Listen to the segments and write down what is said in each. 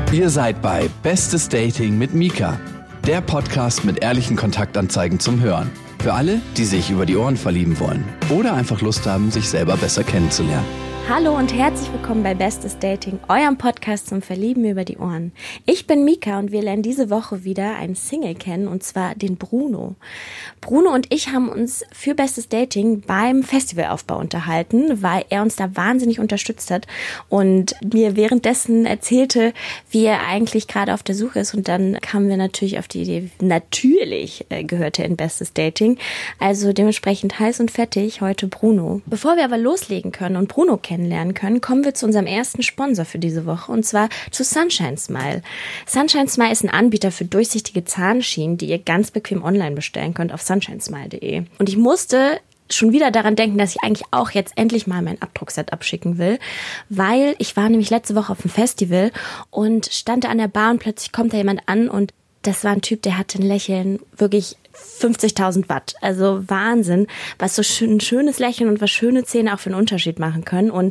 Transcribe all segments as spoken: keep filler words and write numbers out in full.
Ihr seid bei Bestes Dating mit Mika, der Podcast mit ehrlichen Kontaktanzeigen zum Hören. Für alle, die sich über die Ohren verlieben wollen oder einfach Lust haben, sich selber besser kennenzulernen. Hallo und herzlich willkommen bei Bestes Dating, eurem Podcast zum Verlieben über die Ohren. Ich bin Mika und wir lernen diese Woche wieder einen Single kennen, und zwar den Bruno. Bruno und ich haben uns für Bestes Dating beim Festivalaufbau unterhalten, weil er uns da wahnsinnig unterstützt hat und mir währenddessen erzählte, wie er eigentlich gerade auf der Suche ist. Und dann kamen wir natürlich auf die Idee, natürlich äh, gehört er in Bestes Dating. Also dementsprechend heiß und fettig heute Bruno. Bevor wir aber loslegen können und Bruno kennen, lernen können, kommen wir zu unserem ersten Sponsor für diese Woche, und zwar zu Sunshine Smile. Sunshine Smile ist ein Anbieter für durchsichtige Zahnschienen, die ihr ganz bequem online bestellen könnt auf sunshine smile punkt de. Und ich musste schon wieder daran denken, dass ich eigentlich auch jetzt endlich mal mein Abdruckset abschicken will, weil ich war nämlich letzte Woche auf dem Festival und stand da an der Bar und plötzlich kommt da jemand an und das war ein Typ, der hatte ein Lächeln, wirklich fünfzigtausend Watt. Also Wahnsinn, was so schön, ein schönes Lächeln und was schöne Zähne auch für einen Unterschied machen können. Und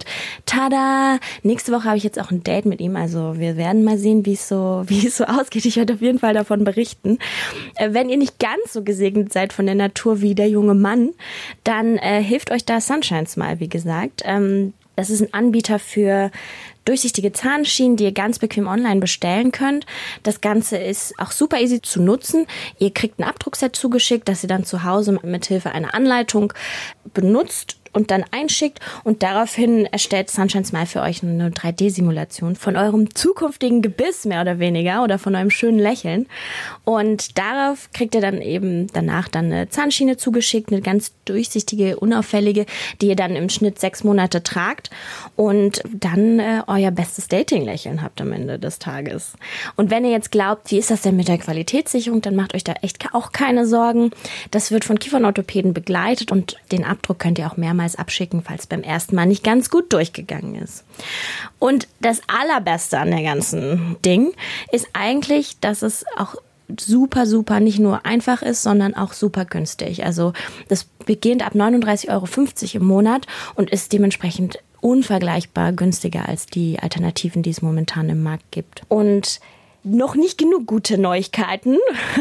tada, nächste Woche habe ich jetzt auch ein Date mit ihm. Also wir werden mal sehen, wie es so, wie es so ausgeht. Ich werde auf jeden Fall davon berichten. Äh, wenn ihr nicht ganz so gesegnet seid von der Natur wie der junge Mann, dann äh, hilft euch da Sunshine Smile, wie gesagt. Ähm, das ist ein Anbieter für durchsichtige Zahnschienen, die ihr ganz bequem online bestellen könnt. Das Ganze ist auch super easy zu nutzen. Ihr kriegt ein Abdruckset zugeschickt, das ihr dann zu Hause mit Hilfe einer Anleitung benutzt und dann einschickt, und daraufhin erstellt Sunshine Smile für euch eine drei D Simulation von eurem zukünftigen Gebiss mehr oder weniger oder von eurem schönen Lächeln, und darauf kriegt ihr dann eben danach dann eine Zahnschiene zugeschickt, eine ganz durchsichtige, unauffällige, die ihr dann im Schnitt sechs Monate tragt und dann äh, euer bestes Dating-Lächeln habt am Ende des Tages. Und wenn ihr jetzt glaubt, wie ist das denn mit der Qualitätssicherung, dann macht euch da echt auch keine Sorgen. Das wird von Kiefernorthopäden begleitet und den Abdruck könnt ihr auch mehrmals abschicken, falls beim ersten Mal nicht ganz gut durchgegangen ist. Und das Allerbeste an der ganzen Ding ist eigentlich, dass es auch super, super nicht nur einfach ist, sondern auch super günstig. Also das beginnt ab neununddreißig Euro fünfzig im Monat und ist dementsprechend unvergleichbar günstiger als die Alternativen, die es momentan im Markt gibt. Und noch nicht genug gute Neuigkeiten.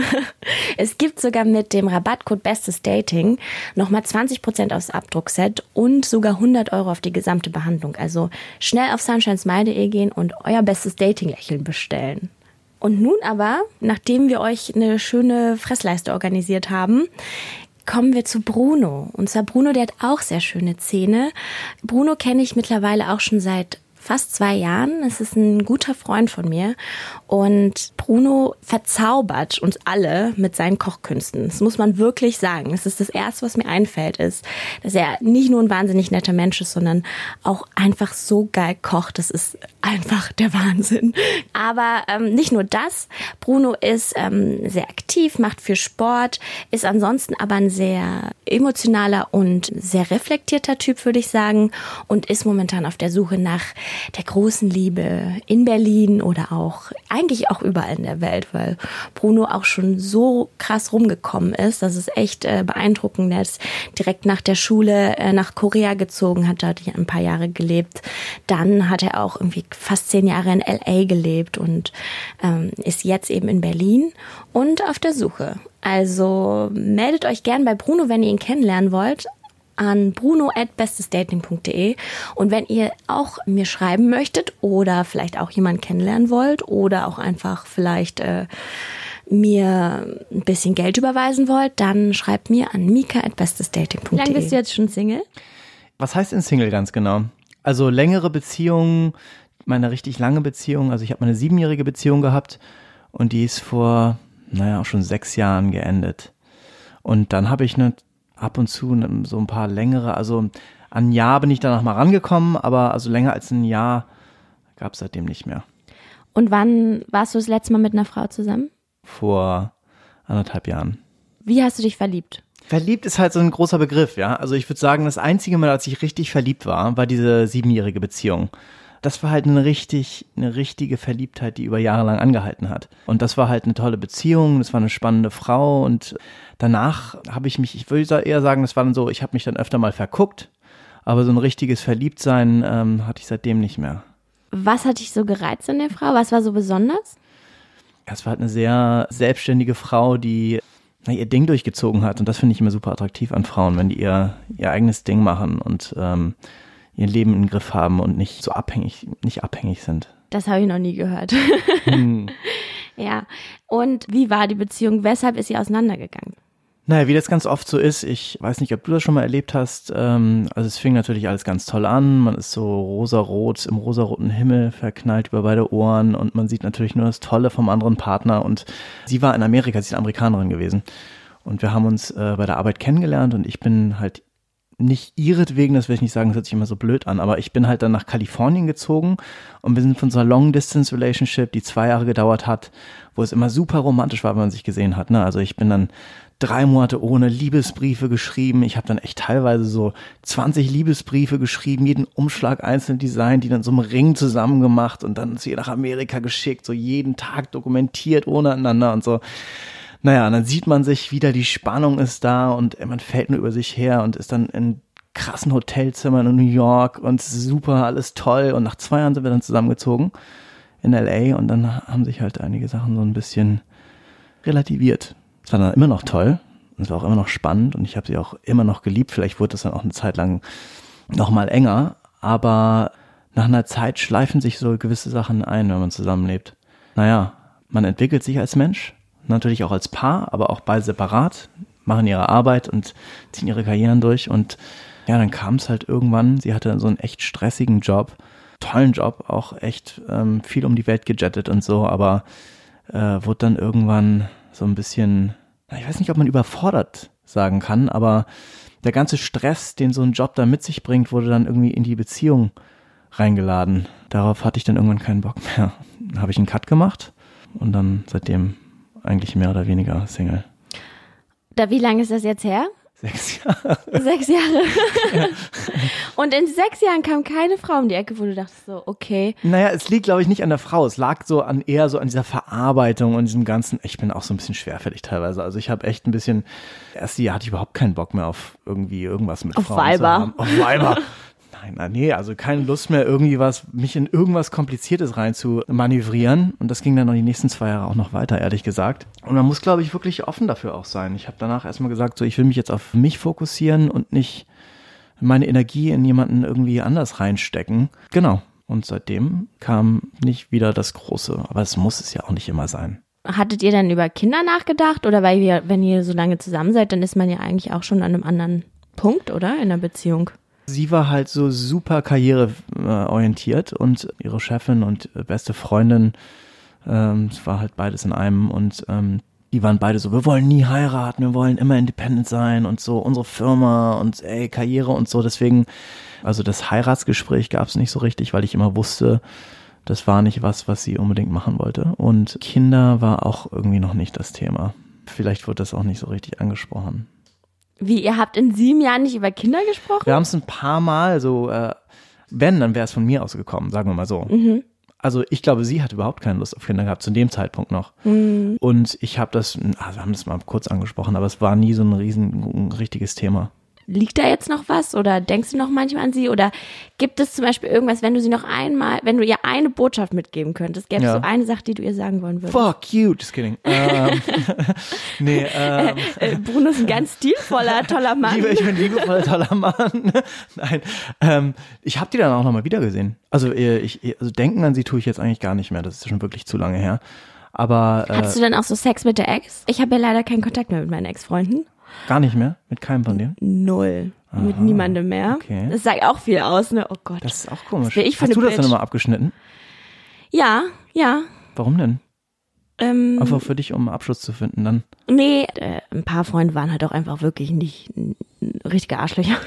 Es gibt sogar mit dem Rabattcode Bestes Dating nochmal zwanzig Prozent aufs Abdruckset und sogar hundert Euro auf die gesamte Behandlung. Also schnell auf sunshine smile punkt de gehen und euer bestes Dating-Lächeln bestellen. Und nun aber, nachdem wir euch eine schöne Fressleiste organisiert haben, kommen wir zu Bruno. Und zwar Bruno, der hat auch sehr schöne Zähne. Bruno kenne ich mittlerweile auch schon seit fast zwei Jahren. Es ist ein guter Freund von mir und Bruno verzaubert uns alle mit seinen Kochkünsten. Das muss man wirklich sagen. Das ist das Erste, was mir einfällt, ist, dass er nicht nur ein wahnsinnig netter Mensch ist, sondern auch einfach so geil kocht. Das ist einfach der Wahnsinn. Aber ähm, nicht nur das. Bruno ist ähm, sehr aktiv, macht viel Sport, ist ansonsten aber ein sehr emotionaler und sehr reflektierter Typ, würde ich sagen, und ist momentan auf der Suche nach der großen Liebe in Berlin oder auch eigentlich auch überall in der Welt, weil Bruno auch schon so krass rumgekommen ist. Das ist echt äh, beeindruckend. Er ist direkt nach der Schule äh, nach Korea gezogen, hat dort ein paar Jahre gelebt. Dann hat er auch irgendwie fast zehn Jahre in L A gelebt und ähm, ist jetzt eben in Berlin und auf der Suche. Also meldet euch gern bei Bruno, wenn ihr ihn kennenlernen wollt, an bruno at bestesdating punkt de. Und wenn ihr auch mir schreiben möchtet oder vielleicht auch jemanden kennenlernen wollt oder auch einfach vielleicht äh, mir ein bisschen Geld überweisen wollt, dann schreibt mir an mika at bestesdating punkt de. Wie lange bist du jetzt schon Single? Was heißt denn Single ganz genau? Also längere Beziehungen, meine richtig lange Beziehung, also ich habe meine siebenjährige Beziehung gehabt und die ist vor, naja, auch schon sechs Jahren geendet. Und dann habe ich eine ab und zu so ein paar längere, also an ein Jahr bin ich danach mal rangekommen, aber also länger als ein Jahr gab es seitdem nicht mehr. Und wann warst du das letzte Mal mit einer Frau zusammen? Vor anderthalb Jahren. Wie hast du dich verliebt? Verliebt ist halt so ein großer Begriff, ja. Also ich würde sagen, das einzige Mal, als ich richtig verliebt war, war diese siebenjährige Beziehung. Das war halt eine richtig, eine richtige Verliebtheit, die über Jahre lang angehalten hat. Und das war halt eine tolle Beziehung, das war eine spannende Frau und danach habe ich mich, ich würde eher sagen, das war dann so, ich habe mich dann öfter mal verguckt, aber so ein richtiges Verliebtsein ähm, hatte ich seitdem nicht mehr. Was hat dich so gereizt in der Frau? Was war so besonders? Es war halt eine sehr selbstständige Frau, die na, ihr Ding durchgezogen hat. Und das finde ich immer super attraktiv an Frauen, wenn die ihr, ihr eigenes Ding machen und ähm, ihr Leben im Griff haben und nicht so abhängig, nicht abhängig sind. Das habe ich noch nie gehört. Hm. Ja. Und wie war die Beziehung? Weshalb ist sie auseinandergegangen? Naja, wie das ganz oft so ist, ich weiß nicht, ob du das schon mal erlebt hast, ähm, also es fing natürlich alles ganz toll an, man ist so rosarot, im rosaroten Himmel verknallt über beide Ohren und man sieht natürlich nur das Tolle vom anderen Partner und sie war in Amerika, sie ist Amerikanerin gewesen und wir haben uns äh, bei der Arbeit kennengelernt und ich bin halt nicht ihretwegen, das will ich nicht sagen, das hört sich immer so blöd an, aber ich bin halt dann nach Kalifornien gezogen und wir sind von so einer Long-Distance-Relationship, die zwei Jahre gedauert hat, wo es immer super romantisch war, wenn man sich gesehen hat, ne? Also ich bin dann drei Monate ohne Liebesbriefe geschrieben. Ich habe dann echt teilweise so zwanzig Liebesbriefe geschrieben, jeden Umschlag einzeln designt, die dann so im Ring zusammen gemacht und dann zu ihr nach Amerika geschickt, so jeden Tag dokumentiert ohne einander und so. Naja, und dann sieht man sich wieder, die Spannung ist da und man fällt nur über sich her und ist dann in krassen Hotelzimmern in New York und super, alles toll. Und nach zwei Jahren sind wir dann zusammengezogen in L A und dann haben sich halt einige Sachen so ein bisschen relativiert. Es war dann immer noch toll und es war auch immer noch spannend und ich habe sie auch immer noch geliebt. Vielleicht wurde es dann auch eine Zeit lang noch mal enger, aber nach einer Zeit schleifen sich so gewisse Sachen ein, wenn man zusammenlebt. Naja, man entwickelt sich als Mensch, natürlich auch als Paar, aber auch beide separat, machen ihre Arbeit und ziehen ihre Karrieren durch und ja, dann kam es halt irgendwann, sie hatte so einen echt stressigen Job, tollen Job, auch echt ähm, viel um die Welt gejettet und so, aber äh, wurde dann irgendwann so ein bisschen, ich weiß nicht, ob man überfordert sagen kann, aber der ganze Stress, den so ein Job da mit sich bringt, wurde dann irgendwie in die Beziehung reingeladen. Darauf hatte ich dann irgendwann keinen Bock mehr. Dann habe ich einen Cut gemacht und dann seitdem eigentlich mehr oder weniger Single. Da, wie lange ist das jetzt her? Sechs Jahre. Sechs Jahre. Ja. Und in sechs Jahren kam keine Frau um die Ecke, wo du dachtest so, okay. Naja, es liegt, glaube ich, nicht an der Frau. Es lag so an eher so an dieser Verarbeitung und diesem ganzen, ich bin auch so ein bisschen schwerfällig teilweise. Also ich habe echt ein bisschen, erst Jahr hatte ich überhaupt keinen Bock mehr auf irgendwie irgendwas mit auf Frauen Weiber. zu haben. Auf Weiber. Nein, nein, nee, also keine Lust mehr, irgendwie was, mich in irgendwas Kompliziertes rein zu manövrieren. Und das ging dann noch die nächsten zwei Jahre auch noch weiter, ehrlich gesagt. Und man muss, glaube ich, wirklich offen dafür auch sein. Ich habe danach erstmal gesagt, so ich will mich jetzt auf mich fokussieren und nicht meine Energie in jemanden irgendwie anders reinstecken. Genau. Und seitdem kam nicht wieder das Große. Aber es muss es ja auch nicht immer sein. Hattet ihr dann über Kinder nachgedacht? Oder weil ihr, wenn ihr so lange zusammen seid, dann ist man ja eigentlich auch schon an einem anderen Punkt, oder? In der Beziehung. Sie war halt so super karriereorientiert und ihre Chefin und beste Freundin, ähm, es war halt beides in einem und ähm, die waren beide so, wir wollen nie heiraten, wir wollen immer independent sein und so, unsere Firma und ey, Karriere und so, deswegen, also das Heiratsgespräch gab es nicht so richtig, weil ich immer wusste, das war nicht was, was sie unbedingt machen wollte und Kinder war auch irgendwie noch nicht das Thema. Vielleicht wurde das auch nicht so richtig angesprochen. Wie, ihr habt in sieben Jahren nicht über Kinder gesprochen? Wir haben es ein paar Mal so, äh, wenn, dann wäre es von mir ausgekommen, sagen wir mal so. Mhm. Also ich glaube, sie hat überhaupt keine Lust auf Kinder gehabt, zu dem Zeitpunkt noch. Mhm. Und ich habe das, also wir haben das mal kurz angesprochen, aber es war nie so ein riesen, ein richtiges Thema. Liegt da jetzt noch was oder denkst du noch manchmal an sie oder gibt es zum Beispiel irgendwas, wenn du sie noch einmal, wenn du ihr eine Botschaft mitgeben könntest, gäbe es ja. so eine Sache, die du ihr sagen wollen würdest? Fuck you, just kidding. ähm, nee, ähm. Äh, äh, Bruno ist ein ganz stilvoller, toller Mann. Liebe, ich bin ein liebevoller, toller Mann. Nein, ähm, ich habe die dann auch nochmal wieder gesehen. Also, ich, also denken an sie tue ich jetzt eigentlich gar nicht mehr, das ist schon wirklich zu lange her. Aber äh, hattest du dann auch so Sex mit der Ex? Ich habe ja leider keinen Kontakt mehr mit meinen Ex-Freunden. Gar nicht mehr? Mit keinem von denen? Null. Aha, mit niemandem mehr. Okay. Das sagt auch viel aus, ne? Oh Gott. Das ist auch komisch. Ich Hast du das dann immer abgeschnitten? Ja, ja. Warum denn? Ähm, einfach für dich, um einen Abschluss zu finden dann? Nee, äh, ein paar Freunde waren halt auch einfach wirklich nicht richtige Arschlöcher.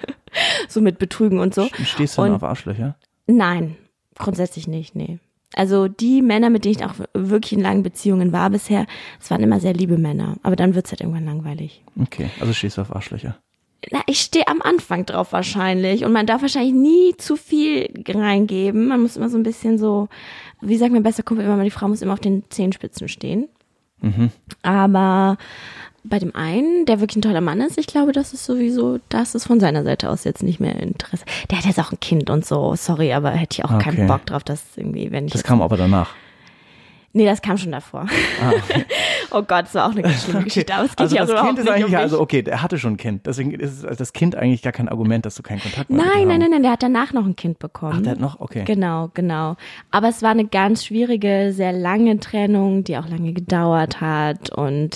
So mit Betrügen und so. Stehst du und denn auf Arschlöcher? Nein, grundsätzlich nicht, nee. Also die Männer, mit denen ich auch wirklich in langen Beziehungen war bisher, das waren immer sehr liebe Männer. Aber dann wird's halt irgendwann langweilig. Okay, also stehst du auf Arschlöcher? Na, ich stehe am Anfang drauf wahrscheinlich. Und man darf wahrscheinlich nie zu viel reingeben. Man muss immer so ein bisschen so, wie sagt mein bester Kumpel immer, die Frau muss immer auf den Zehenspitzen stehen. Mhm. Aber bei dem einen, der wirklich ein toller Mann ist, ich glaube, das ist sowieso, das ist von seiner Seite aus jetzt nicht mehr Interesse. Der hat jetzt auch ein Kind und so, sorry, aber hätte ich auch Okay. keinen Bock drauf, dass irgendwie, wenn ich Das jetzt, kam aber danach. nee, das kam schon davor. Ah, okay. Oh Gott, das war auch eine ganz schlimme Geschichte, aber es geht Also ja das überhaupt Kind ist nicht eigentlich, um mich. also okay, der hatte schon ein Kind. Deswegen ist das Kind eigentlich gar kein Argument, dass du keinen Kontakt mehr Nein, mit ihm nein, haben. nein, nein, der hat danach noch ein Kind bekommen. Ach, der hat noch? Okay. Genau, genau. Aber es war eine ganz schwierige, sehr lange Trennung, die auch lange gedauert hat und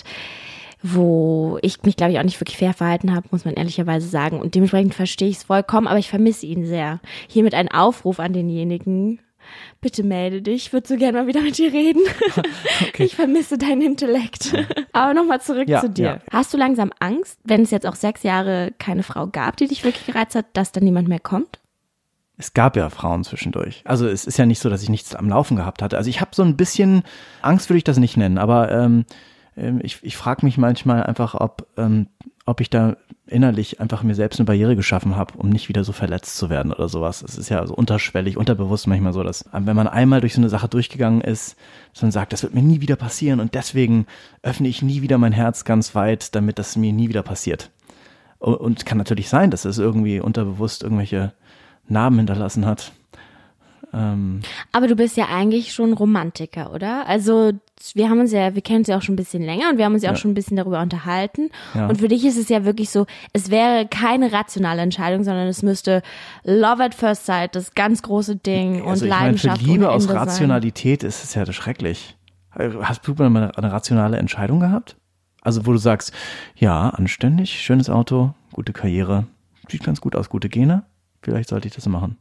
wo ich mich, glaube ich, auch nicht wirklich fair verhalten habe, muss man ehrlicherweise sagen. Und dementsprechend verstehe ich es vollkommen, aber ich vermisse ihn sehr. Hiermit ein Aufruf an denjenigen. Bitte melde dich, ich würde so gerne mal wieder mit dir reden. Okay. Ich vermisse deinen Intellekt. Aber nochmal zurück Ja, zu dir. ja. Hast du langsam Angst, wenn es jetzt auch sechs Jahre keine Frau gab, die dich wirklich gereizt hat, dass dann niemand mehr kommt? Es gab ja Frauen zwischendurch. Also es ist ja nicht so, dass ich nichts am Laufen gehabt hatte. Also ich habe so ein bisschen, Angst würde ich das nicht nennen, aber ähm, ähm, ich, ich frage mich manchmal einfach, ob, ähm, ob ich da innerlich einfach mir selbst eine Barriere geschaffen habe, um nicht wieder so verletzt zu werden oder sowas. Es ist ja so unterschwellig, unterbewusst manchmal so, dass wenn man einmal durch so eine Sache durchgegangen ist, dass man sagt, das wird mir nie wieder passieren und deswegen öffne ich nie wieder mein Herz ganz weit, damit das mir nie wieder passiert. Und kann natürlich sein, dass es irgendwie unterbewusst irgendwelche Narben hinterlassen hat. Ähm, Aber du bist ja eigentlich schon Romantiker, oder? Also wir haben uns ja, wir kennen uns ja auch schon ein bisschen länger und wir haben uns ja, Ja. auch schon ein bisschen darüber unterhalten. Ja. Und für dich ist es ja wirklich so, es wäre keine rationale Entscheidung, sondern es müsste Love at First Sight, das ganz große Ding und also ich meine, Leidenschaft für Liebe ohne aus Ende sein. Rationalität ist es ja schrecklich. Hast du mal eine, eine rationale Entscheidung gehabt? Also wo du sagst, ja, anständig, schönes Auto, gute Karriere, sieht ganz gut aus, gute Gene. Vielleicht sollte ich das machen.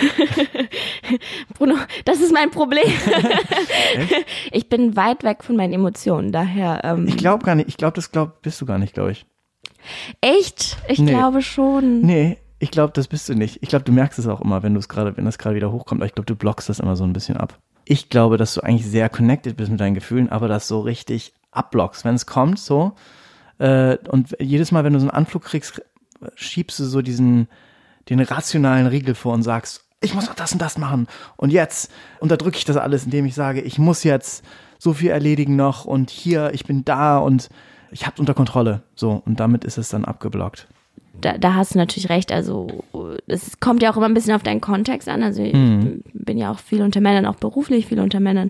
Bruno, das ist mein Problem. Ich bin weit weg von meinen Emotionen, daher. Ähm, Ich glaube gar nicht, ich glaube, das glaub, bist du gar nicht, glaube ich. echt? Ich Nee. glaube schon. Nee, ich glaube, das bist du nicht. Ich glaube, du merkst es auch immer, wenn du es gerade, wenn das gerade wieder hochkommt, aber ich glaube, du blockst das immer so ein bisschen ab. Ich glaube, dass du eigentlich sehr connected bist mit deinen Gefühlen, aber das so richtig abblockst, wenn es kommt, so. Äh, und jedes Mal, wenn du so einen Anflug kriegst, schiebst du so diesen, den rationalen Riegel vor und sagst, ich muss noch das und das machen. Und jetzt unterdrücke ich das alles, indem ich sage, ich muss jetzt so viel erledigen noch und hier, ich bin da und ich hab's unter Kontrolle. So, und damit ist es dann abgeblockt. Da, da hast du natürlich recht, also es kommt ja auch immer ein bisschen auf deinen Kontext an, also ich Mhm. bin ja auch viel unter Männern, auch beruflich viel unter Männern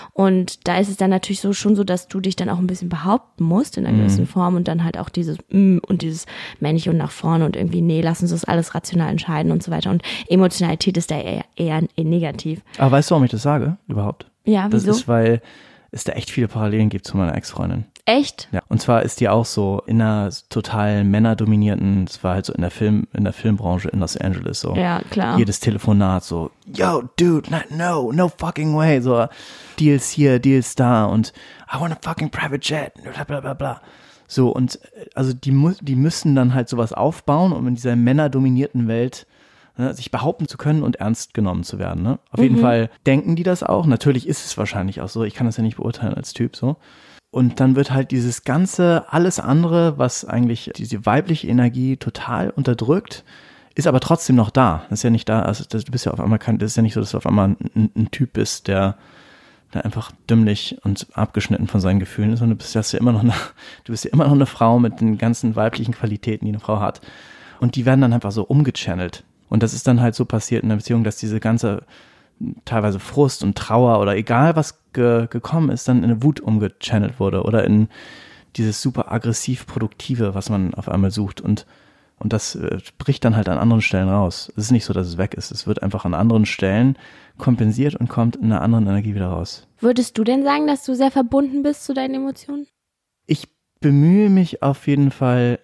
und da ist es dann natürlich so schon so, dass du dich dann auch ein bisschen behaupten musst in einer Mhm. gewissen Form und dann halt auch dieses mm und dieses männlich und nach vorne und irgendwie, nee, lass uns das alles rational entscheiden und so weiter und Emotionalität ist da eher, eher negativ. Aber weißt du, warum ich das sage, überhaupt? Ja, Das wieso? ist, weil es da echt viele Parallelen gibt zu meiner Ex-Freundin. Echt? Ja, und zwar ist die auch so in einer total männerdominierten, es war halt so in der Film, in der Filmbranche in Los Angeles so. Ja, klar. Jedes Telefonat so, yo, dude, not, no, no fucking way, so Deals hier, Deals da und I want a fucking private jet, bla bla bla bla. So, und äh, also die, mu- die müssen dann halt sowas aufbauen, um in dieser männerdominierten Welt ne, sich behaupten zu können und ernst genommen zu werden. Ne? Auf jeden Fall denken die das auch. Natürlich ist es wahrscheinlich auch so. Ich kann das ja nicht beurteilen als Typ so. Und dann wird halt dieses ganze, alles andere, was eigentlich diese weibliche Energie total unterdrückt, ist aber trotzdem noch da. Das ist ja nicht da, also das, du bist ja auf einmal kein, das ist ja nicht so, dass du auf einmal ein, ein Typ bist, der, der einfach dümmlich und abgeschnitten von seinen Gefühlen ist, sondern du bist ja immer noch eine, du bist ja immer noch eine Frau mit den ganzen weiblichen Qualitäten, die eine Frau hat. Und die werden dann einfach so umgechannelt. Und das ist dann halt so passiert in der Beziehung, dass diese ganze teilweise Frust und Trauer oder egal was ge- gekommen ist, dann in eine Wut umgechannelt wurde oder in dieses super aggressiv Produktive, was man auf einmal sucht und und das äh, bricht dann halt an anderen Stellen raus. Es ist nicht so, dass es weg ist. Es wird einfach an anderen Stellen kompensiert und kommt in einer anderen Energie wieder raus. Würdest du denn sagen, dass du sehr verbunden bist zu deinen Emotionen? Ich bemühe mich auf jeden Fall,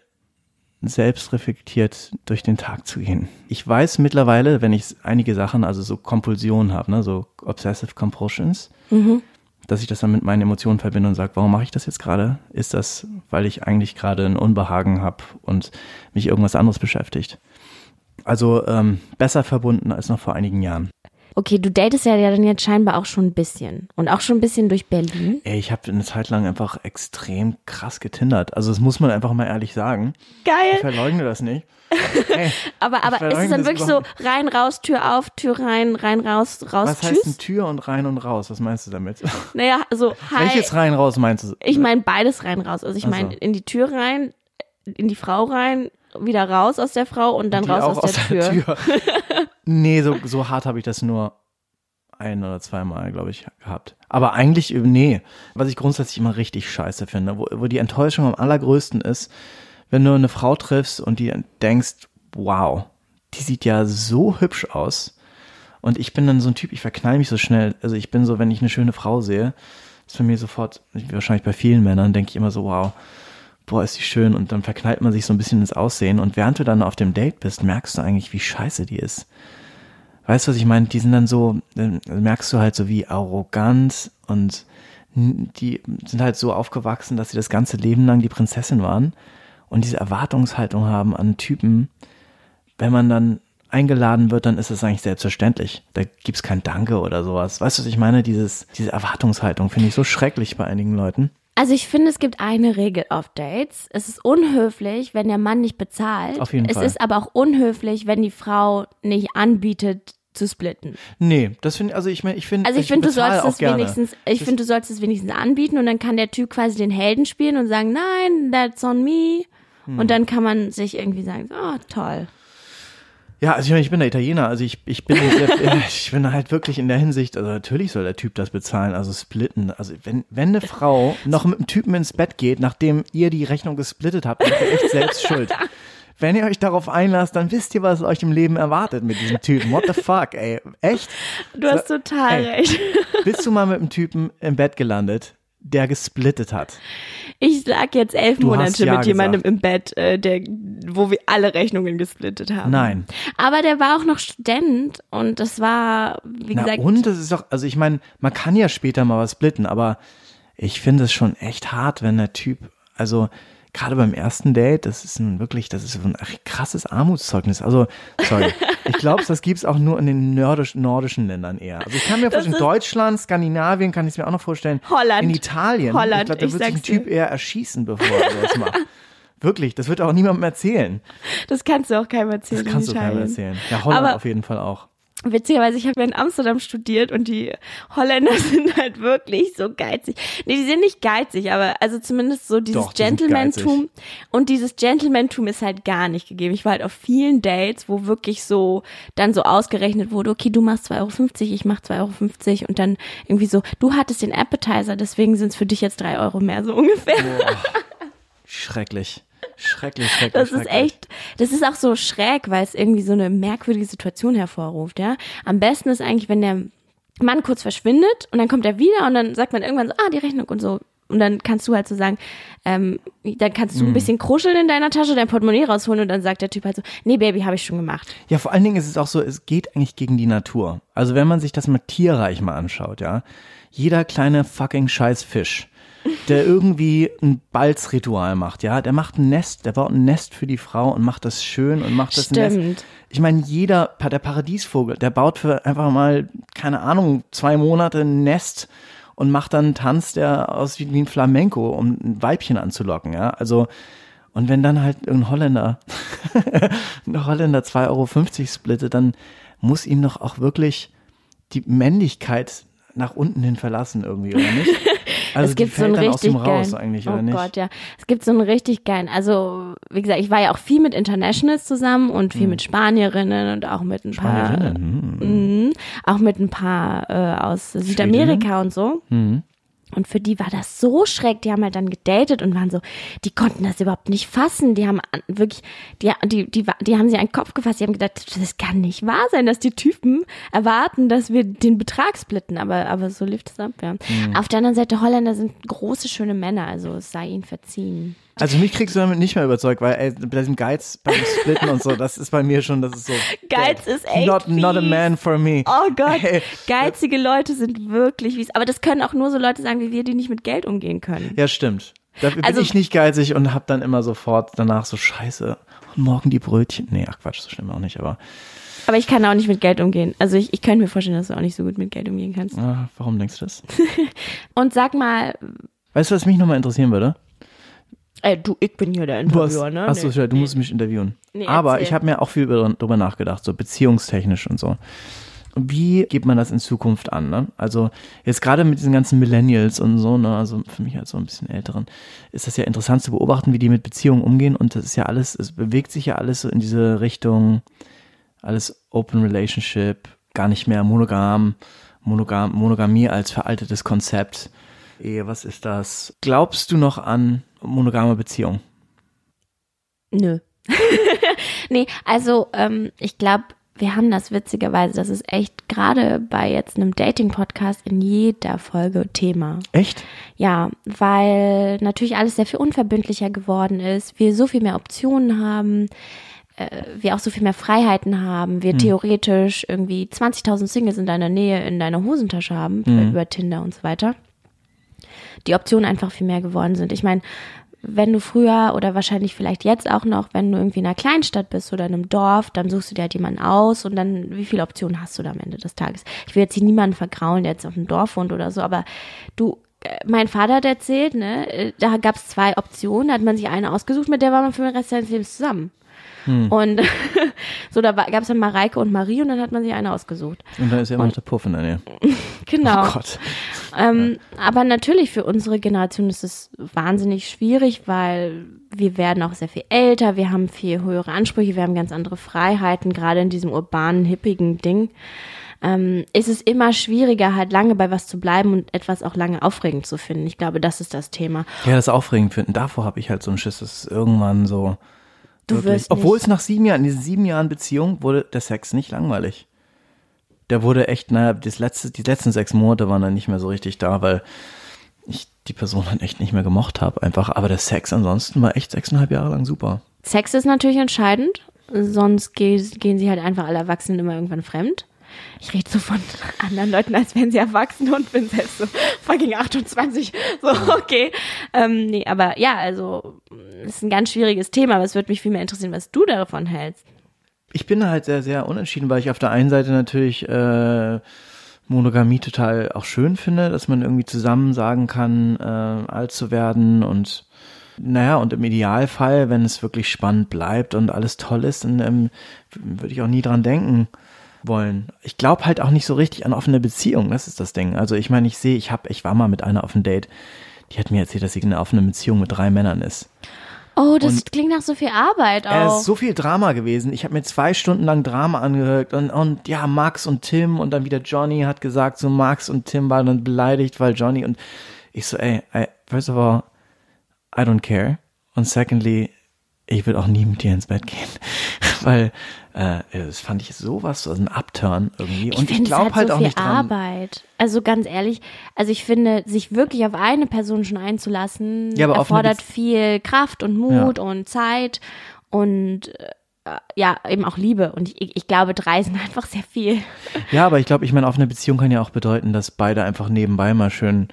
selbstreflektiert durch den Tag zu gehen. Ich weiß mittlerweile, wenn ich einige Sachen, also so Kompulsionen habe, ne, so Obsessive Compulsions, Mhm. dass ich das dann mit meinen Emotionen verbinde und sage, warum mache ich das jetzt gerade? Ist das, weil ich eigentlich gerade ein Unbehagen habe und mich irgendwas anderes beschäftigt? Also ähm, besser verbunden als noch vor einigen Jahren. Okay, du datest ja dann jetzt scheinbar auch schon ein bisschen. Und auch schon ein bisschen durch Berlin. Ey, ich habe eine Zeit lang einfach extrem krass getindert. Also das muss man einfach mal ehrlich sagen. Geil. Ich verleugne das nicht. Ey, aber aber ist es dann wirklich so rein, raus, Tür auf, Tür rein, rein, raus, raus, Was tschüss? heißt denn Tür und rein und raus? Was meinst du damit? Naja, so hi. Welches rein, raus meinst du? Ich meine beides rein, raus. Also ich meine Also. in die Tür rein, in die Frau rein, wieder raus aus der Frau und dann Die raus auch aus der Tür. Tür. Nee, so, so hart habe ich das nur ein oder zweimal, glaube ich, gehabt. Aber eigentlich, nee. Was ich grundsätzlich immer richtig scheiße finde, wo, wo die Enttäuschung am allergrößten ist, wenn du eine Frau triffst und die denkst, wow, die sieht ja so hübsch aus. Und ich bin dann so ein Typ, ich verknall mich so schnell. Also ich bin so, wenn ich eine schöne Frau sehe, ist für mich sofort, wahrscheinlich bei vielen Männern, denke ich immer so, wow, boah, ist die schön. Und dann verknallt man sich so ein bisschen ins Aussehen. Und während du dann auf dem Date bist, merkst du eigentlich, wie scheiße die ist. Weißt du, was ich meine? Die sind dann so, dann merkst du halt so, wie arrogant und die sind halt so aufgewachsen, dass sie das ganze Leben lang die Prinzessin waren und diese Erwartungshaltung haben an Typen. Wenn man dann eingeladen wird, dann ist es eigentlich selbstverständlich. Da gibt's kein Danke oder sowas. Weißt du, was ich meine? Dieses, diese Erwartungshaltung finde ich so schrecklich bei einigen Leuten. Also ich finde, es gibt eine Regel auf Dates. Es ist unhöflich, wenn der Mann nicht bezahlt. Auf jeden es Fall. ist aber auch unhöflich, wenn die Frau nicht anbietet, zu splitten. Nee, das finde also ich meine, ich finde Also ich finde, du solltest es gerne. wenigstens, ich Das- finde, du solltest es wenigstens anbieten und dann kann der Typ quasi den Helden spielen und sagen, nein, that's on me. Hm. Und dann kann man sich irgendwie sagen, oh, toll. Ja, also ich meine, ich bin der Italiener, also ich, ich bin sehr, ich bin halt wirklich in der Hinsicht, also natürlich soll der Typ das bezahlen, also splitten. Also wenn, wenn eine Frau noch mit einem Typen ins Bett geht, nachdem ihr die Rechnung gesplittet habt, dann seid ihr echt selbst schuld. Wenn ihr euch darauf einlasst, dann wisst ihr, was euch im Leben erwartet mit diesem Typen. What the fuck, ey? Echt? Du hast total Ey. recht. Bist du mal mit einem Typen im Bett gelandet, der gesplittet hat? Ich lag jetzt elf Du hast Monate ja mit jemandem gesagt. im Bett, äh, der, wo wir alle Rechnungen gesplittet haben. Nein. Aber der war auch noch Student und das war, wie Na gesagt, und, das ist doch, also ich meine, man kann ja später mal was splitten, aber ich finde es schon echt hart, wenn der Typ, also gerade beim ersten Date, das ist ein wirklich, das ist ein krasses Armutszeugnis. Also, sorry, ich glaube, das gibt's auch nur in den nordisch, nordischen Ländern eher. Also ich kann mir vorstellen, ist- Deutschland, Skandinavien kann ich mir auch noch vorstellen. Holland. In Italien. Holland, ich glaube, da ich wird sich ein sag's dir. Typ eher erschießen, bevor er das macht. Wirklich, das wird auch niemandem erzählen. das kannst du auch keinem erzählen. Das kannst du in keinem Italien. erzählen. Ja, Holland Aber- auf jeden Fall auch. Witzigerweise, ich habe ja in Amsterdam studiert und die Holländer sind halt wirklich so geizig. Nee, die sind nicht geizig, aber also zumindest so dieses Doch, die sind Gentlemantum. Und dieses Gentlemantum ist halt gar nicht gegeben. Ich war halt auf vielen Dates, wo wirklich so dann so ausgerechnet wurde, okay, du machst zwei Euro fünfzig, ich mach zwei Euro fünfzig und dann irgendwie so, du hattest den Appetizer, deswegen sind es für dich jetzt drei Euro mehr, so ungefähr. Schrecklich. Schrecklich, schrecklich, Das ist schrecklich. echt, das ist auch so schräg, weil es irgendwie so eine merkwürdige Situation hervorruft, ja. Am besten ist eigentlich, wenn der Mann kurz verschwindet und dann kommt er wieder und dann sagt man irgendwann so, ah, die Rechnung und so. Und dann kannst du halt so sagen, ähm, dann kannst du ein bisschen kruscheln in deiner Tasche, dein Portemonnaie rausholen und dann sagt der Typ halt so, nee, Baby, habe ich schon gemacht. Ja, vor allen Dingen ist es auch so, es geht eigentlich gegen die Natur. Also wenn man sich das mal tierreich mal anschaut, ja, jeder kleine fucking scheiß Fisch, der irgendwie ein Balzritual macht, ja, der macht ein Nest, der baut ein Nest für die Frau und macht das schön und macht das Stimmt. Nest. Ich meine, jeder, der Paradiesvogel, der baut für einfach mal, keine Ahnung, zwei Monate ein Nest und macht dann einen Tanz, der aussieht wie ein Flamenco, um ein Weibchen anzulocken, ja, also und wenn dann halt ein Holländer, ein Holländer zwei Euro fünfzig splittet, dann muss ihm doch auch wirklich die Männlichkeit nach unten hin verlassen irgendwie, oder nicht? Also es gibt die so fällt einen dann aus dem richtig raus geilen, eigentlich, oh oder nicht? Gott, ja. Es gibt so einen richtig geilen, also wie gesagt, ich war ja auch viel mit Internationals zusammen und viel mit Spanierinnen und auch mit ein paar, Hm. Spanierinnen, hm. Mhm. auch mit ein paar äh, aus Südamerika und so. Mhm. Und für die war das so schräg, die haben halt dann gedatet und waren so, die konnten das überhaupt nicht fassen, die haben an- wirklich, die, die, die, die haben sich an den Kopf gefasst, die haben gedacht, das kann nicht wahr sein, dass die Typen erwarten, dass wir den Betrag splitten, aber, aber so lief das ab, ja. Mhm. Auf der anderen Seite, Holländer sind große, schöne Männer, also es sei ihnen verziehen. Also mich kriegst du damit nicht mehr überzeugt, weil ey, bei diesem Geiz beim Splitten und so, das ist bei mir schon, das ist so. Geiz ist echt Not, not a fies. man for me. Oh Gott, Ey, geizige Leute sind wirklich fies, aber das können auch nur so Leute sagen wie wir, die nicht mit Geld umgehen können. ja, stimmt. Dafür bin Also- ich nicht geizig und hab dann immer sofort danach so scheiße, und morgen die Brötchen. Nee, ach Quatsch, so schlimm auch nicht, aber Aber ich kann auch nicht mit Geld umgehen. Also ich, ich könnte mir vorstellen, dass du auch nicht so gut mit Geld umgehen kannst. ah, warum denkst du das? Und sag mal, Weißt du, was mich nochmal interessieren würde? ey, du, ich bin hier der Du hast, Interviewer, ne? achso, Nee. du musst mich interviewen. Nee, Aber erzähl. ich habe mir auch viel über- drüber nachgedacht, so beziehungstechnisch und so. Wie geht man das in Zukunft an, ne? Also jetzt gerade mit diesen ganzen Millennials und so, ne, also für mich als so ein bisschen Älteren, ist das ja interessant zu beobachten, wie die mit Beziehungen umgehen und das ist ja alles, es bewegt sich ja alles so in diese Richtung, alles Open Relationship, gar nicht mehr monogam, monogam, Monogamie als veraltetes Konzept. Ehe, was ist das? Glaubst du noch an monogame Beziehungen? Nö. Nee, also ähm, ich glaube, wir haben das witzigerweise, das ist echt gerade bei jetzt einem Dating-Podcast in jeder Folge Thema. Echt? Ja, weil natürlich alles sehr viel unverbindlicher geworden ist, wir so viel mehr Optionen haben, äh, wir auch so viel mehr Freiheiten haben, wir Hm. theoretisch irgendwie zwanzigtausend Singles in deiner Nähe in deiner Hosentasche haben, Hm. über Tinder und so weiter. Die Optionen einfach viel mehr geworden sind. Ich meine, wenn du früher oder wahrscheinlich vielleicht jetzt auch noch, wenn du irgendwie in einer Kleinstadt bist oder in einem Dorf, dann suchst du dir halt jemanden aus und dann, wie viele Optionen hast du da am Ende des Tages? Ich will jetzt hier niemanden vergraulen, der jetzt auf dem Dorf wohnt oder so, aber du, äh, mein Vater hat erzählt, ne, äh, da gab es zwei Optionen, da hat man sich eine ausgesucht, mit der war man für den Rest seines Lebens zusammen. Hm. Und so, da gab es dann Mareike und Marie und dann hat man sich eine ausgesucht. Und dann ist ja immer noch der Puff in der Nähe. Genau. Oh Gott. Ähm, aber natürlich für unsere Generation ist es wahnsinnig schwierig, weil wir werden auch sehr viel älter, wir haben viel höhere Ansprüche, wir haben ganz andere Freiheiten, gerade in diesem urbanen, hippigen Ding. Ähm, ist es immer schwieriger, halt lange bei was zu bleiben und etwas auch lange aufregend zu finden. Ich glaube, das ist das Thema. Ja, das aufregend finden. Davor habe ich halt so einen Schiss, dass es irgendwann so Du wirklich, wirst obwohl nicht- es nach sieben Jahren, in diesen sieben Jahren Beziehung wurde der Sex nicht langweilig. Der wurde echt, naja, das letzte, die letzten sechs Monate waren dann nicht mehr so richtig da, weil ich die Person dann echt nicht mehr gemocht habe einfach. Aber der Sex ansonsten war echt sechseinhalb Jahre lang super. Sex ist natürlich entscheidend, sonst ge- gehen sie halt einfach alle Erwachsenen immer irgendwann fremd. Ich rede so von anderen Leuten, als wären sie erwachsen und bin selbst so fucking achtundzwanzig. So, okay. Ähm, nee, aber ja, also, es ist ein ganz schwieriges Thema, aber es würde mich viel mehr interessieren, was du davon hältst. Ich bin halt sehr, sehr unentschieden, weil ich auf der einen Seite natürlich äh, Monogamie total auch schön finde, dass man irgendwie zusammen sagen kann, äh, alt zu werden und naja, und im Idealfall, wenn es wirklich spannend bleibt und alles toll ist, dann ähm, würde ich auch nie dran denken wollen. Ich glaube halt auch nicht so richtig an offene Beziehungen, das ist das Ding. Also ich meine, ich sehe, ich habe, ich war mal mit einer auf einem Date, die hat mir erzählt, dass sie in einer offenen Beziehung mit drei Männern ist. Oh, das Und klingt nach so viel Arbeit Es auch. ist so viel Drama gewesen. Ich habe mir zwei Stunden lang Drama angehört und, und ja, Max und Tim und dann wieder Johnny hat gesagt, so Max und Tim waren dann beleidigt, weil Johnny und ich so, ey, I, first of all, I don't care. Und secondly, ich will auch nie mit dir ins Bett gehen. Weil äh, das fand ich sowas, so ein Upturn irgendwie. Und ich, finde, glaube es hat halt so auch viel nicht dran. Arbeit. Also ganz ehrlich, also ich finde, sich wirklich auf eine Person schon einzulassen, Ja, aber auf eine erfordert Bez- viel Kraft und Mut und Zeit und äh, ja, eben auch Liebe. Und ich, ich glaube, drei sind einfach sehr viel. Ja, aber ich glaube, ich meine, offene Beziehung kann ja auch bedeuten, dass beide einfach nebenbei mal schön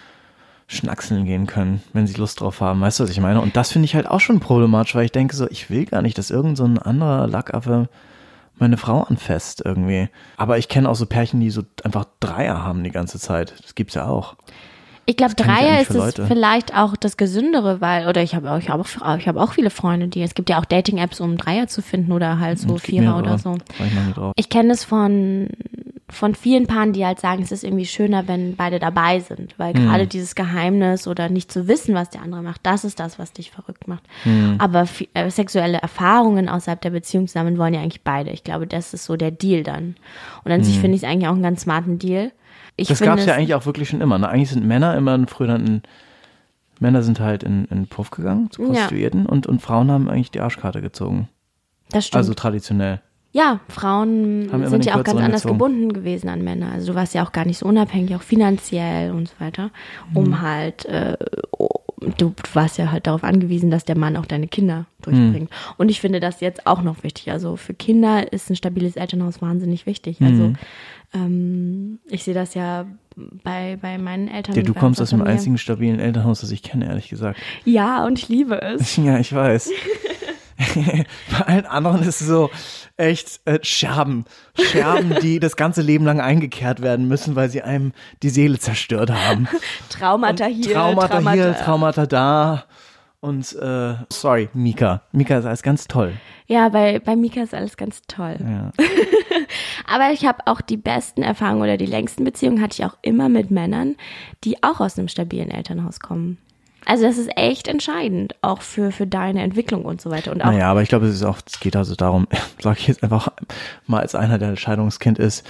schnackseln gehen können, wenn sie Lust drauf haben. Weißt du, was ich meine? Und das finde ich halt auch schon problematisch, weil ich denke so, ich will gar nicht, dass irgend so ein anderer Lackaffe meine Frau anfasst irgendwie. Aber ich kenne auch so Pärchen, die so einfach Dreier haben die ganze Zeit. Das gibt's ja auch. Ich glaube, Das kenn ich Dreier eigentlich ist für es Leute. vielleicht auch das Gesündere, weil, oder ich habe auch, ich habe auch, ich habe auch viele Freunde, die, es gibt ja auch Dating-Apps, um Dreier zu finden oder halt so Es gibt Vierer mehrere. oder so. Freu ich mal nicht drauf. Ich kenne es von, von vielen Paaren, die halt sagen, es ist irgendwie schöner, wenn beide dabei sind, weil Hm. gerade dieses Geheimnis oder nicht zu wissen, was der andere macht, das ist das, was dich verrückt macht. Hm. Aber fi- äh, sexuelle Erfahrungen außerhalb der Beziehung sammeln wollen ja eigentlich beide. Ich glaube, das ist so der Deal dann. Und an sich finde ich es eigentlich auch einen ganz smarten Deal. Ich Hm. Das finde gab's ja es- eigentlich auch wirklich schon immer. Ne? Eigentlich sind Männer immer früher dann in, Männer sind halt in, in Puff gegangen, zu Ja. Prostituierten, und, und Frauen haben eigentlich die Arschkarte gezogen. Das stimmt. Also traditionell. Ja, Frauen Haben immer sind den ja auch ganz kürzeren anders gezogen. gebunden gewesen an Männer. Also du warst ja auch gar nicht so unabhängig, auch finanziell und so weiter, um Mhm. halt, äh, oh, du, du warst ja halt darauf angewiesen, dass der Mann auch deine Kinder durchbringt. Mhm. Und ich finde das jetzt auch noch wichtig. Also für Kinder ist ein stabiles Elternhaus wahnsinnig wichtig. Also Mhm. ähm, ich sehe das ja bei, bei meinen Eltern. Ja, du bei kommst aus dem Familie. einzigen stabilen Elternhaus, das ich kenne, ehrlich gesagt. Ja, und ich liebe es. Ja, ich weiß. Bei allen anderen ist es so echt äh, Scherben. Scherben, die das ganze Leben lang eingekehrt werden müssen, weil sie einem die Seele zerstört haben. Traumata hier, Traumata, Traumata hier, Traumata da. Und äh, sorry, Mika. Mika ist alles ganz toll. Ja, bei, bei Mika ist alles ganz toll. Ja. Aber ich habe auch die besten Erfahrungen oder die längsten Beziehungen hatte ich auch immer mit Männern, die auch aus einem stabilen Elternhaus kommen. Also das ist echt entscheidend, auch für, für deine Entwicklung und so weiter. Und auch Naja, aber ich glaube, es ist auch, es geht also darum, sage ich jetzt einfach mal als einer, der Scheidungskind ist,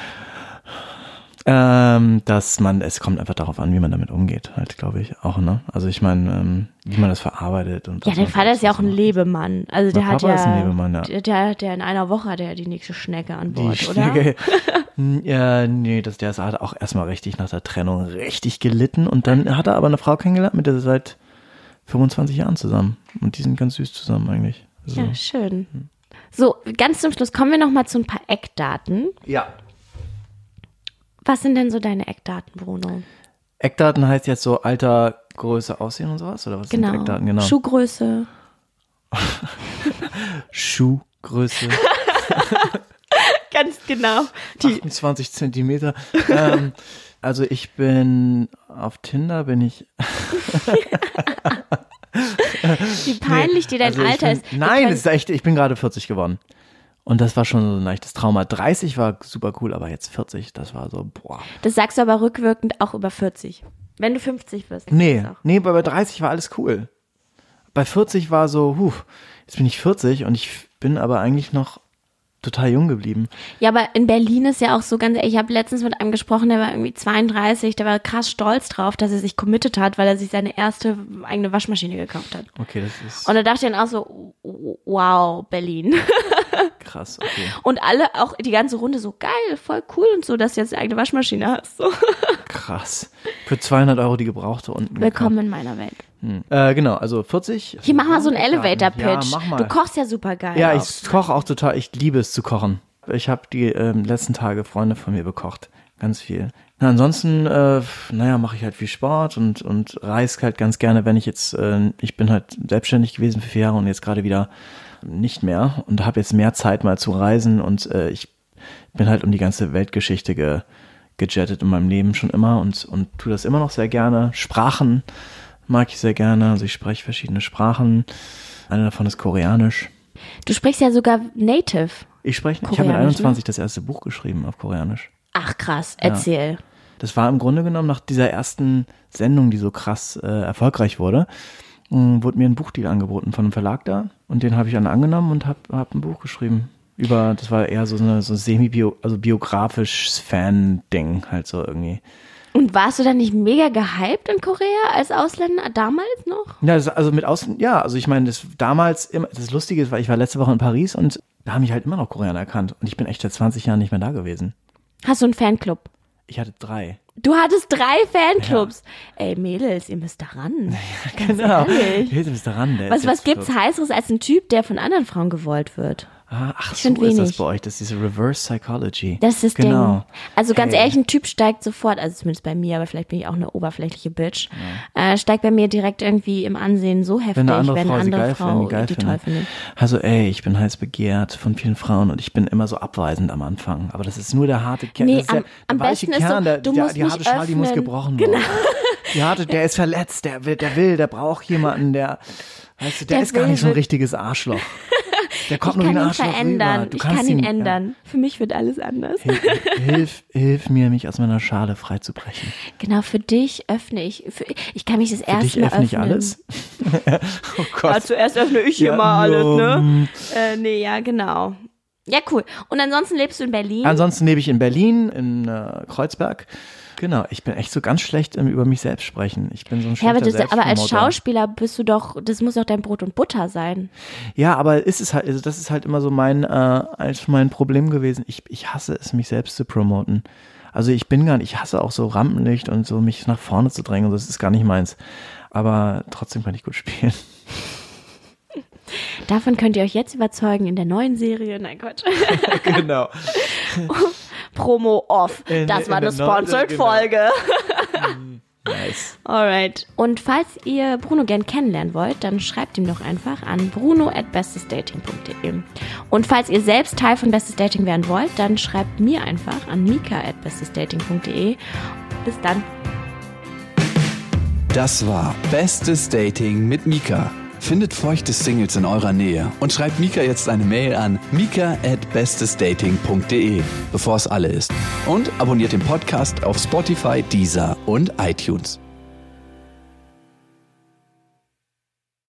ähm, dass man, es kommt einfach darauf an, wie man damit umgeht, halt, glaube ich, auch, ne? Also ich meine, ähm, wie man das verarbeitet. Und ja, dein Vater ist ja auch ein Lebemann. Also der Mein hat Papa ja, ist ein Lebemann, ja. Der, der, der in einer Woche hat er ja die nächste Schnecke an Die Bord, oder? Schnecke. Ja, nee, das, der hat auch erstmal richtig nach der Trennung richtig gelitten und dann hat er aber eine Frau kennengelernt, mit der er seit fünfundzwanzig Jahren zusammen. Und die sind ganz süß zusammen eigentlich. Also, Ja, schön. So, ganz zum Schluss kommen wir noch mal zu ein paar Eckdaten. ja. Was sind denn so deine Eckdaten, Bruno? Eckdaten heißt jetzt so Alter, Größe, Aussehen und sowas? Oder was Genau. sind Eckdaten? Genau. Schuhgröße. Schuhgröße. Ganz genau. Die, achtundzwanzig Zentimeter. ähm, also ich bin auf Tinder bin ich. wie peinlich dir dein Also ich Alter bin, ist. Nein, Wir das ist echt, ich bin gerade vierzig geworden. Und das war schon so ein leichtes Trauma. dreißig war super cool, aber jetzt vierzig, das war so, boah. Das sagst du aber rückwirkend auch über vierzig. Wenn du fünfzig wirst. Nee, ist das auch. nee, bei dreißig war alles cool. Bei vierzig war so, huh, jetzt bin ich vierzig und ich bin aber eigentlich noch total jung geblieben. Ja, aber in Berlin ist ja auch so ganz, ich habe letztens mit einem gesprochen, der war irgendwie zweiunddreißig, der war krass stolz drauf, dass er sich committed hat, weil er sich seine erste eigene Waschmaschine gekauft hat. Okay, das ist Und da dachte ich dann auch so, wow, Berlin. krass, okay. Und alle, auch die ganze Runde so, geil, voll cool und so, dass du jetzt eine eigene Waschmaschine hast. So. Krass. Für zweihundert Euro die gebrauchte unten. Willkommen in meiner Welt. Hm. Äh, genau, also vierzig. Hier, mach mal so einen Elevator-Pitch. Ja, mach mal. Du kochst ja super geil. Ja, auch. ich koche auch total, ich liebe es zu kochen. Ich habe die ähm, letzten Tage Freunde von mir bekocht. Ganz viel. Na, ansonsten, äh, naja, mache ich halt viel Sport und, und reise halt ganz gerne, wenn ich jetzt, äh, ich bin halt selbstständig gewesen für vier Jahre und jetzt gerade wieder nicht mehr und habe jetzt mehr Zeit mal zu reisen und äh, ich bin halt um die ganze Weltgeschichte ge, gejettet in meinem Leben schon immer und, und tue das immer noch sehr gerne. Sprachen mag ich sehr gerne, also ich spreche verschiedene Sprachen. Eine davon ist Koreanisch. Du sprichst ja sogar Native. Ich spreche, ich Koreanisch, habe mit einundzwanzig ne? das erste Buch geschrieben auf Koreanisch. Ach krass, erzähl. Das war im Grunde genommen nach dieser ersten Sendung, die so krass äh, erfolgreich wurde, mh, wurde mir ein Buchdeal angeboten von einem Verlag da und den habe ich dann angenommen und habe hab ein Buch geschrieben. Über, das war eher so eine so semi-bio, also biografisches Fan-Ding halt so irgendwie. Und warst du dann nicht mega gehypt in Korea als Ausländer damals noch? Ja, das, also mit Außen, ja, also ich meine, das damals immer, das Lustige ist, weil ich war letzte Woche in Paris und da haben mich halt immer noch Koreaner erkannt und ich bin echt seit zwanzig Jahren nicht mehr da gewesen. Hast du einen Fanclub? Ich hatte drei. Du hattest drei Fanclubs. Ja. Ey, Mädels, ihr müsst da ran. Ja, ganz genau. ehrlich. Ihr müsst da ran, der Was, ist was jetzt gibt's so- heißeres als ein Typ, der von anderen Frauen gewollt wird? Ah, ach, Ich so find ist das wenig. bei euch, das ist diese Reverse Psychology. Das ist das genau. Ding. Also ganz Hey. ehrlich, ein Typ steigt sofort, also zumindest bei mir, aber vielleicht bin ich auch eine oberflächliche Bitch, äh, steigt bei mir direkt irgendwie im Ansehen so heftig, Wenn eine andere wenn Frau eine sie andere geil, Frau wenn die geil die toll findet. findet. Also ey, ich bin heiß begehrt von vielen Frauen und ich bin immer so abweisend am Anfang. Aber das ist nur der harte Kern. Nee, das ist am- der, der am weiche besten ist so, Kern, der, du der, musst die mich harte Schale, die muss öffnen. gebrochen Genau. werden. Die harte, der ist verletzt, der will, der will, der braucht jemanden, der, weißt du, der, Der ist gar will, nicht so ein will- richtiges Arschloch. Der kommt Ich nur kann wie ein ihn Arschloch verändern. rüber. Du Ich kannst kann ihn ja. ändern. Für mich wird alles anders. Hilf, hilf, hilf mir, mich aus meiner Schale freizubrechen. Genau, für dich öffne ich, für, ich kann mich das Für erste dich Mal öffne ich öffnen. alles. oh Gott. Ja, zuerst öffne ich hier Ja, mal alles, ja, ne? Äh, nee, ja, genau. Ja, cool. Und ansonsten lebst du in Berlin? Ansonsten lebe ich in Berlin, in äh, Kreuzberg. Genau, ich bin echt so ganz schlecht im über mich selbst sprechen. Ich bin so ein ja, aber, schlechter das, aber als Selbstpromoter. Schauspieler bist du doch, das muss doch dein Brot und Butter sein. Ja, aber ist es halt, also das ist halt immer so mein, äh, als mein Problem gewesen. Ich, ich hasse es, mich selbst zu promoten. Also ich bin gar nicht, ich hasse auch so Rampenlicht und so mich nach vorne zu drängen. Das ist gar nicht meins. Aber trotzdem kann ich gut spielen. Davon könnt ihr euch jetzt überzeugen in der neuen Serie. Nein, Quatsch. Genau. Promo off. In, das war in eine Sponsored-Folge. Nice. Alright. Und falls ihr Bruno gern kennenlernen wollt, dann schreibt ihm doch einfach an bruno at bestesdating punkt de. Und falls ihr selbst Teil von Bestes Dating werden wollt, dann schreibt mir einfach an mika at bestesdating punkt de. Bis dann. Das war Bestes Dating mit Mika. Findet feuchte Singles in eurer Nähe und schreibt Mika jetzt eine Mail an mika at bestesdating punkt de, bevor es alle ist. Und abonniert den Podcast auf Spotify, Deezer und iTunes.